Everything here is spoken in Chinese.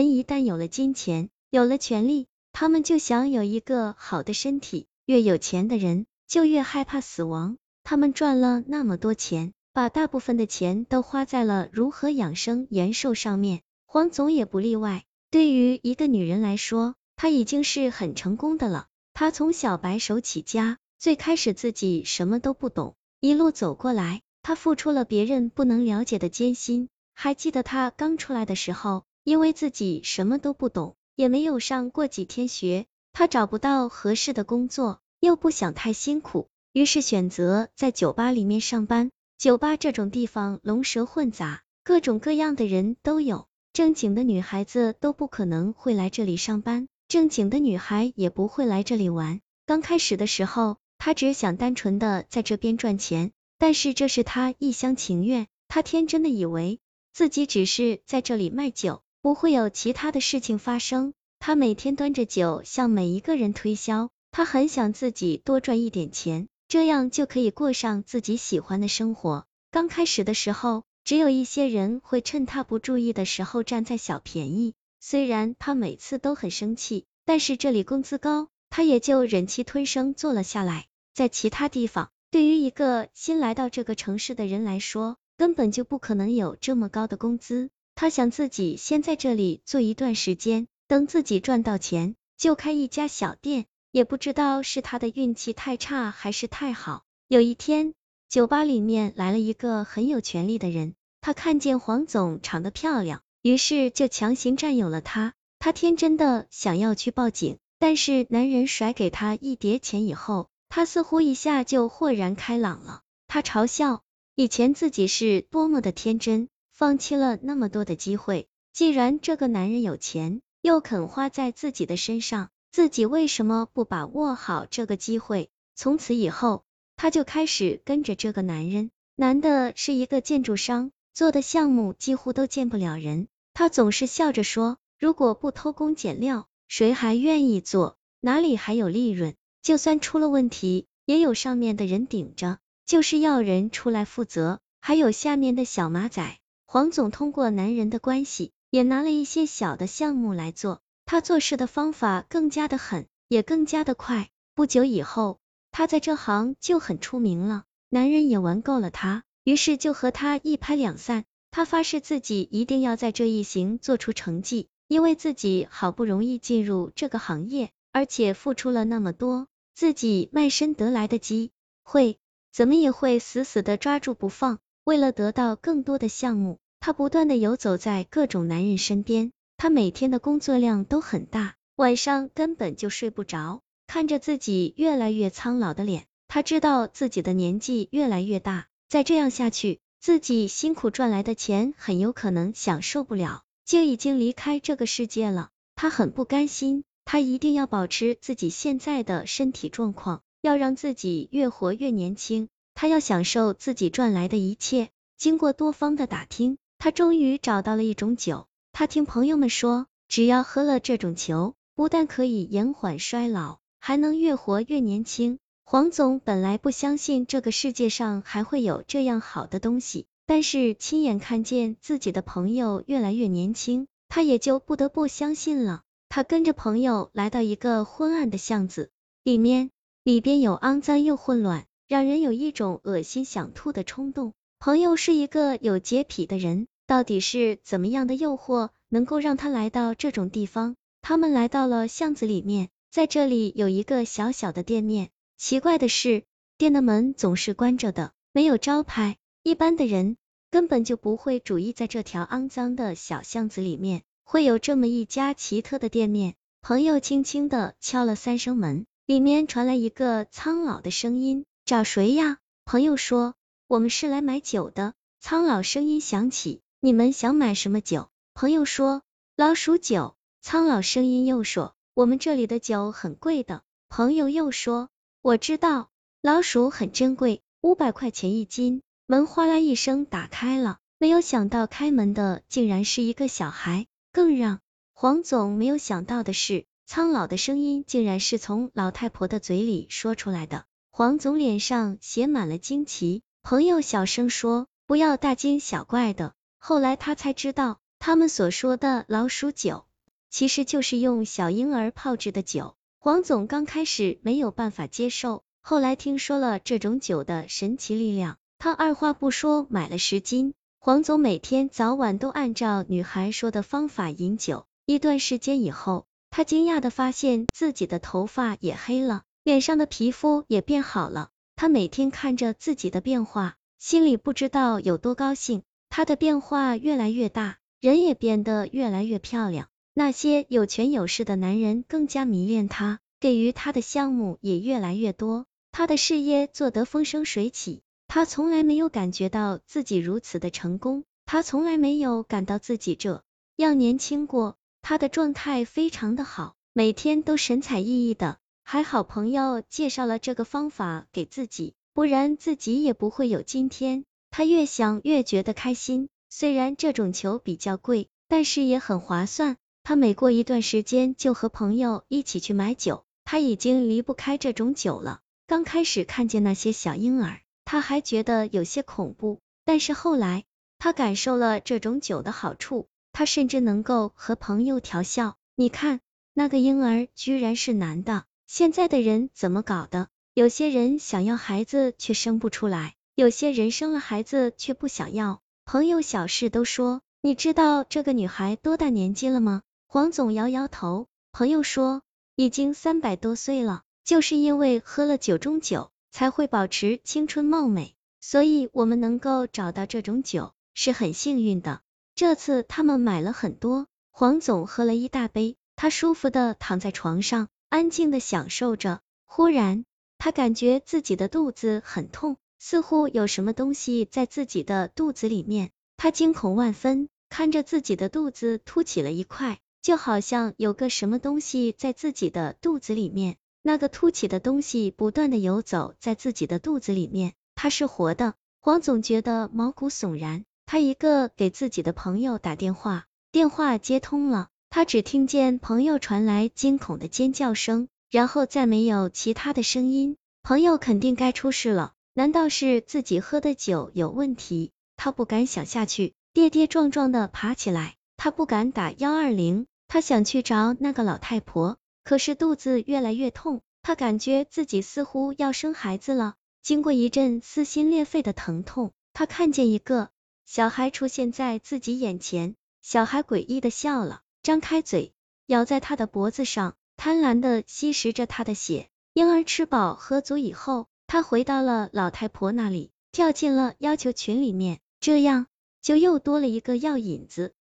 人一旦有了金钱，有了权利，他们就想有一个好的身体，越有钱的人就越害怕死亡。他们赚了那么多钱，把大部分的钱都花在了如何养生延寿上面，黄总也不例外。对于一个女人来说，她已经是很成功的了。她从小白手起家，最开始自己什么都不懂，一路走过来，她付出了别人不能了解的艰辛。还记得她刚出来的时候，因为自己什么都不懂，也没有上过几天学，她找不到合适的工作，又不想太辛苦，于是选择在酒吧里面上班。酒吧这种地方龙蛇混杂，各种各样的人都有，正经的女孩子都不可能会来这里上班，正经的女孩也不会来这里玩。刚开始的时候，她只想单纯的在这边赚钱，但是这是她一厢情愿，她天真的以为自己只是在这里卖酒，不会有其他的事情发生。她每天端着酒向每一个人推销，她很想自己多赚一点钱，这样就可以过上自己喜欢的生活。刚开始的时候，只有一些人会趁他不注意的时候占在小便宜，虽然他每次都很生气，但是这里工资高，他也就忍气吞声做了下来。在其他地方，对于一个新来到这个城市的人来说，根本就不可能有这么高的工资。他想自己先在这里做一段时间，等自己赚到钱，就开一家小店。也不知道是他的运气太差还是太好。有一天，酒吧里面来了一个很有权力的人，他看见黄总长得漂亮，于是就强行占有了她。他天真的想要去报警，但是男人甩给他一叠钱以后，他似乎一下就豁然开朗了。他嘲笑以前自己是多么的天真，放弃了那么多的机会。既然这个男人有钱，又肯花在自己的身上，自己为什么不把握好这个机会？从此以后，他就开始跟着这个男人。男的是一个建筑商，做的项目几乎都见不了人。他总是笑着说，如果不偷工减料，谁还愿意做？哪里还有利润？就算出了问题，也有上面的人顶着，就是要人出来负责，还有下面的小马仔。黄总通过男人的关系，也拿了一些小的项目来做。他做事的方法更加的狠，也更加的快。不久以后，他在这行就很出名了。男人也玩够了他，于是就和他一拍两散。他发誓自己一定要在这一行做出成绩，因为自己好不容易进入这个行业，而且付出了那么多，自己卖身得来的机会，怎么也会死死的抓住不放。为了得到更多的项目，他不断的游走在各种男人身边。他每天的工作量都很大，晚上根本就睡不着，看着自己越来越苍老的脸，他知道自己的年纪越来越大，再这样下去，自己辛苦赚来的钱很有可能享受不了，就已经离开这个世界了。他很不甘心，他一定要保持自己现在的身体状况，要让自己越活越年轻，他要享受自己赚来的一切。经过多方的打听，他终于找到了一种酒。他听朋友们说，只要喝了这种酒，不但可以延缓衰老，还能越活越年轻。黄总本来不相信这个世界上还会有这样好的东西，但是亲眼看见自己的朋友越来越年轻，他也就不得不相信了。他跟着朋友来到一个昏暗的巷子，里边有肮脏又混乱，让人有一种恶心想吐的冲动。朋友是一个有洁癖的人，到底是怎么样的诱惑能够让他来到这种地方？他们来到了巷子里面，在这里有一个小小的店面。奇怪的是，店的门总是关着的，没有招牌。一般的人根本就不会注意在这条肮脏的小巷子里面会有这么一家奇特的店面。朋友轻轻的敲了3声门，里面传来一个苍老的声音，找谁呀？朋友说，我们是来买酒的。苍老声音响起，你们想买什么酒？朋友说，老鼠酒。苍老声音又说，我们这里的酒很贵的。朋友又说，我知道，老鼠很珍贵，500块钱一斤。门哗啦一声打开了，没有想到开门的竟然是一个小孩。更让黄总没有想到的是，苍老的声音竟然是从老太婆的嘴里说出来的。黄总脸上写满了惊奇。朋友小声说，不要大惊小怪的。后来他才知道，他们所说的老鼠酒其实就是用小婴儿泡制的酒。黄总刚开始没有办法接受，后来听说了这种酒的神奇力量，他二话不说买了10斤。黄总每天早晚都按照女孩说的方法饮酒，一段时间以后，他惊讶的发现自己的头发也黑了，脸上的皮肤也变好了。他每天看着自己的变化，心里不知道有多高兴。他的变化越来越大，人也变得越来越漂亮。那些有权有势的男人更加迷恋他，给予他的项目也越来越多，他的事业做得风生水起。他从来没有感觉到自己如此的成功，他从来没有感到自己这样年轻过。他的状态非常的好，每天都神采奕奕的，还好朋友介绍了这个方法给自己，不然自己也不会有今天。他越想越觉得开心，虽然这种球比较贵，但是也很划算。他每过一段时间就和朋友一起去买酒，他已经离不开这种酒了。刚开始看见那些小婴儿，他还觉得有些恐怖，但是后来他感受了这种酒的好处，他甚至能够和朋友调笑，你看那个婴儿居然是男的，现在的人怎么搞的？有些人想要孩子却生不出来，有些人生了孩子却不想要。朋友小事都说，你知道这个女孩多大年纪了吗？黄总摇摇头，朋友说已经300多岁了，就是因为喝了酒中酒才会保持青春貌美，所以我们能够找到这种酒是很幸运的。这次他们买了很多，黄总喝了一大杯，他舒服的躺在床上，安静的享受着。忽然他感觉自己的肚子很痛，似乎有什么东西在自己的肚子里面，他惊恐万分，看着自己的肚子凸起了一块，就好像有个什么东西在自己的肚子里面，那个凸起的东西不断的游走在自己的肚子里面，它是活的。黄总觉得毛骨悚然，他一个给自己的朋友打电话，电话接通了，他只听见朋友传来惊恐的尖叫声，然后再没有其他的声音。朋友肯定该出事了，难道是自己喝的酒有问题？他不敢想下去，跌跌撞撞的爬起来，他不敢打120，他想去找那个老太婆，可是肚子越来越痛，他感觉自己似乎要生孩子了。经过一阵撕心裂肺的疼痛，他看见一个小孩出现在自己眼前，小孩诡异的笑了，张开嘴咬在他的脖子上，贪婪的吸食着他的血。婴儿吃饱喝足以后，他回到了老太婆那里，跳进了要求群里面，这样就又多了一个药引子。